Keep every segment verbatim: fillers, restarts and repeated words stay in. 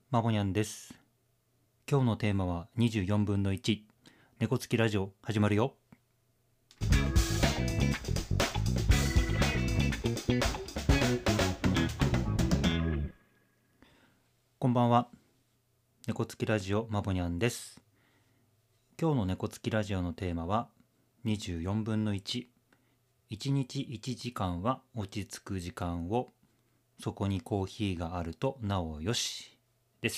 まごにゃんです。今日のテーマはにじゅうよんぶんのいち、猫つきラジオ始まるよ。こんばんは。猫つきラジオまごにゃんです。今日の猫つきラジオのテーマはにじゅうよんぶんのいち、いちにちいちじかんは落ち着く時間を、そこにコーヒーがあるとなおよしです。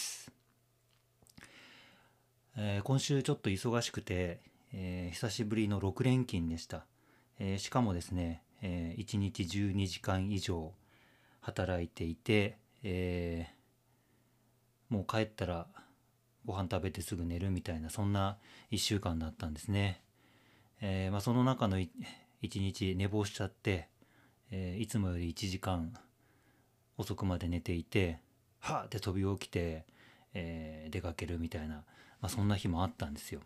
えー今週ちょっと忙しくて、えー久しぶりのろく連勤でした。えーしかもですね、えーいちにちじゅうにじかん以上働いていて、えーもう帰ったらご飯食べてすぐ寝るみたいな、そんないっしゅうかんだったんですね。えーまあ、その中のい一日寝坊しちゃって、えーいつもよりいちじかん遅くまで寝ていて、はーって飛び起きて、えー出かけるみたいな、まあ、そんな日もあったんですよ。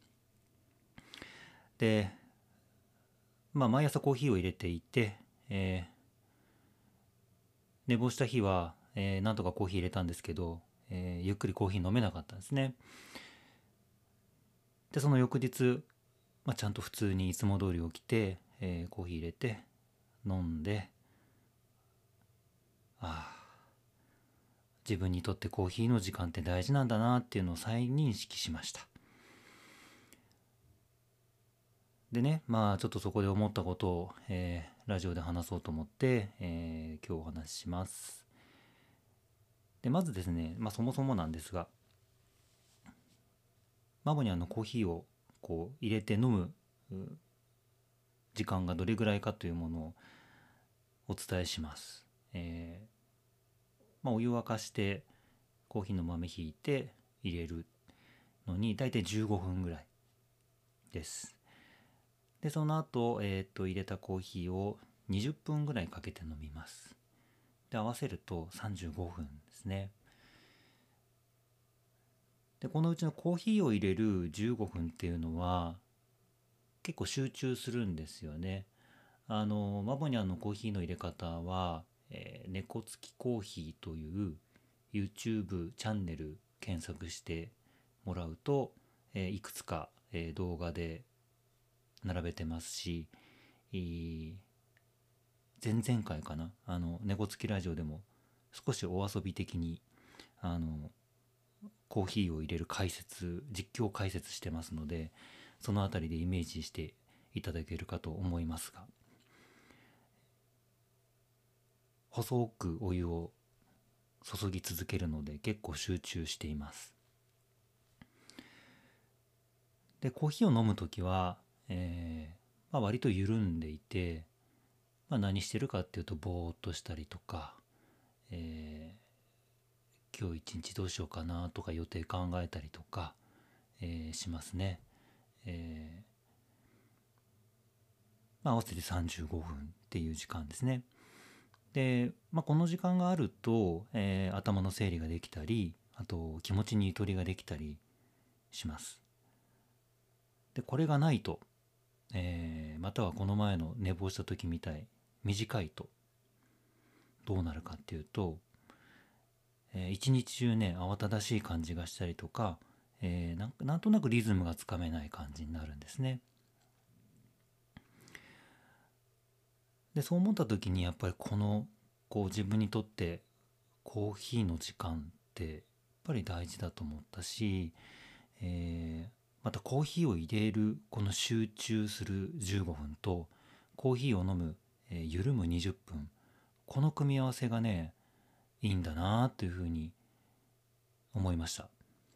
で、まあ、毎朝コーヒーを入れていて、えー寝坊した日は、えーなんとかコーヒー入れたんですけど、えーゆっくりコーヒー飲めなかったんですね。で、その翌日、まあ、ちゃんと普通にいつも通り起きて、えーコーヒー入れて飲んで、ああ、自分にとってコーヒーの時間って大事なんだなっていうのを再認識しました。でね、まあちょっとそこで思ったことを、えーラジオで話そうと思って、えー今日お話しします。で、まずですね、まあそもそもなんですが、マボにあのコーヒーをこう入れて飲むう時間がどれぐらいかというものをお伝えします。えーまあ、お湯を沸かしてコーヒーの豆ひいて入れるのにだいたいじゅうごふんぐらいです。で、その後、えー、と入れたコーヒーをにじゅっぷんぐらいかけて飲みます。で、合わせるとさんじゅうごふんですね。で、このうちのコーヒーを入れるじゅうごふんっていうのは結構集中するんですよね。あの、マボニャンのコーヒーの入れ方は、えー猫つきコーヒーという YouTube チャンネル検索してもらうと、えーいくつか、えー動画で並べてますし、えー前々回かな、あの、猫つきラジオでも少しお遊び的に、あの、コーヒーを入れる解説、実況解説してますので、そのあたりでイメージしていただけるかと思いますが、細くお湯を注ぎ続けるので結構集中しています。で、コーヒーを飲むときは、えーまあ、割と緩んでいて、まあ、何してるかっていうとぼーっとしたりとか、えー今日一日どうしようかなとか予定考えたりとか、えーしますね。えーまあ、合わせてさんじゅうごふんっていう時間ですね。で、まあ、この時間があると、えー頭の整理ができたり、あと気持ちにゆとりができたりします。で、これがないと、えーまたはこの前の寝坊した時みたい短いとどうなるかっていうと、えー一日中ね慌ただしい感じがしたりとか、えーなんなんとなくリズムがつかめない感じになるんですね。で、そう思った時にやっぱりこのこう自分にとってコーヒーの時間ってやっぱり大事だと思ったし、えーまたコーヒーを入れるこの集中するじゅうごふんとコーヒーを飲む、えー緩むにじゅっぷん、この組み合わせがねいいんだなというふうに思いました。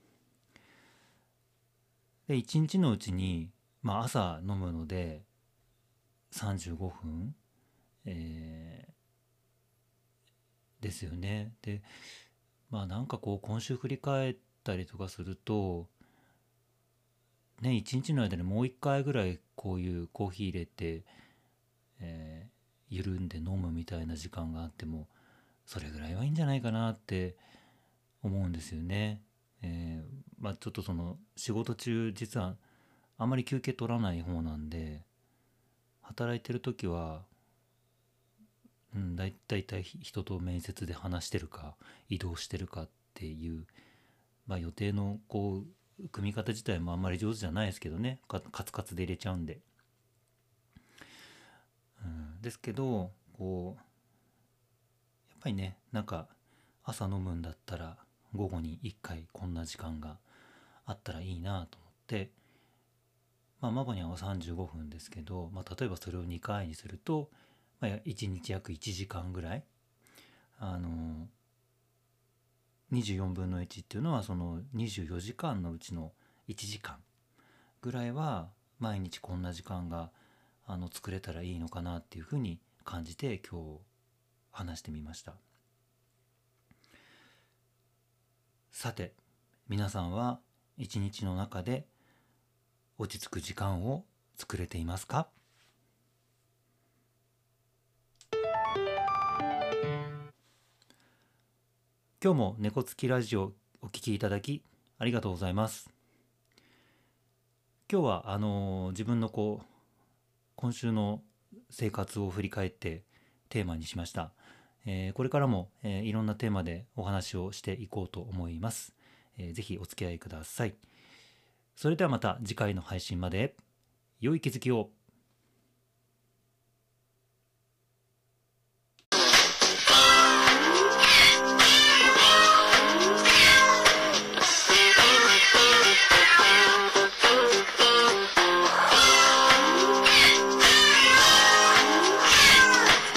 で、一日のうちに、まあ、朝飲むのでさんじゅうごふん、えーですよね。で、まあなんかこう今週振り返ったりとかするとね、一日の間にもう一回ぐらいこういうコーヒー入れて、えー緩んで飲むみたいな時間があってもそれぐらいはいいんじゃないかなって思うんですよね。えーまあちょっとその仕事中実はあんまり休憩取らない方なんで、働いてる時は、うん、だいたい人と面接で話してるか移動してるかっっていう、まあ、予定のこう組み方自体もあんまり上手じゃないですけどね、カツカツで入れちゃうんで、うん、ですけどこうやっぱりね、なんか朝飲むんだったら午後にいっかいこんな時間があったらいいなと思って、まあ、マボニャンはさんじゅうごふんですけど、まあ、例えばそれをにかいにすると、まあ、いちにち約いちじかんぐらい、あのにじゅうよんぶんのいちっていうのはそのにじゅうよじかんのうちのいちじかんぐらいは毎日こんな時間があの作れたらいいのかなっていうふうに感じて今日話してみました。さて皆さんは一日の中で落ち着く時間を作れていますか？今日も猫つきラジオお聞きいただきありがとうございます。今日はあのー自分のこう今週の生活を振り返ってテーマにしました。えーこれからも、えーいろんなテーマでお話をしていこうと思います。えーぜひお付き合いください。それではまた次回の配信まで良い気づきを。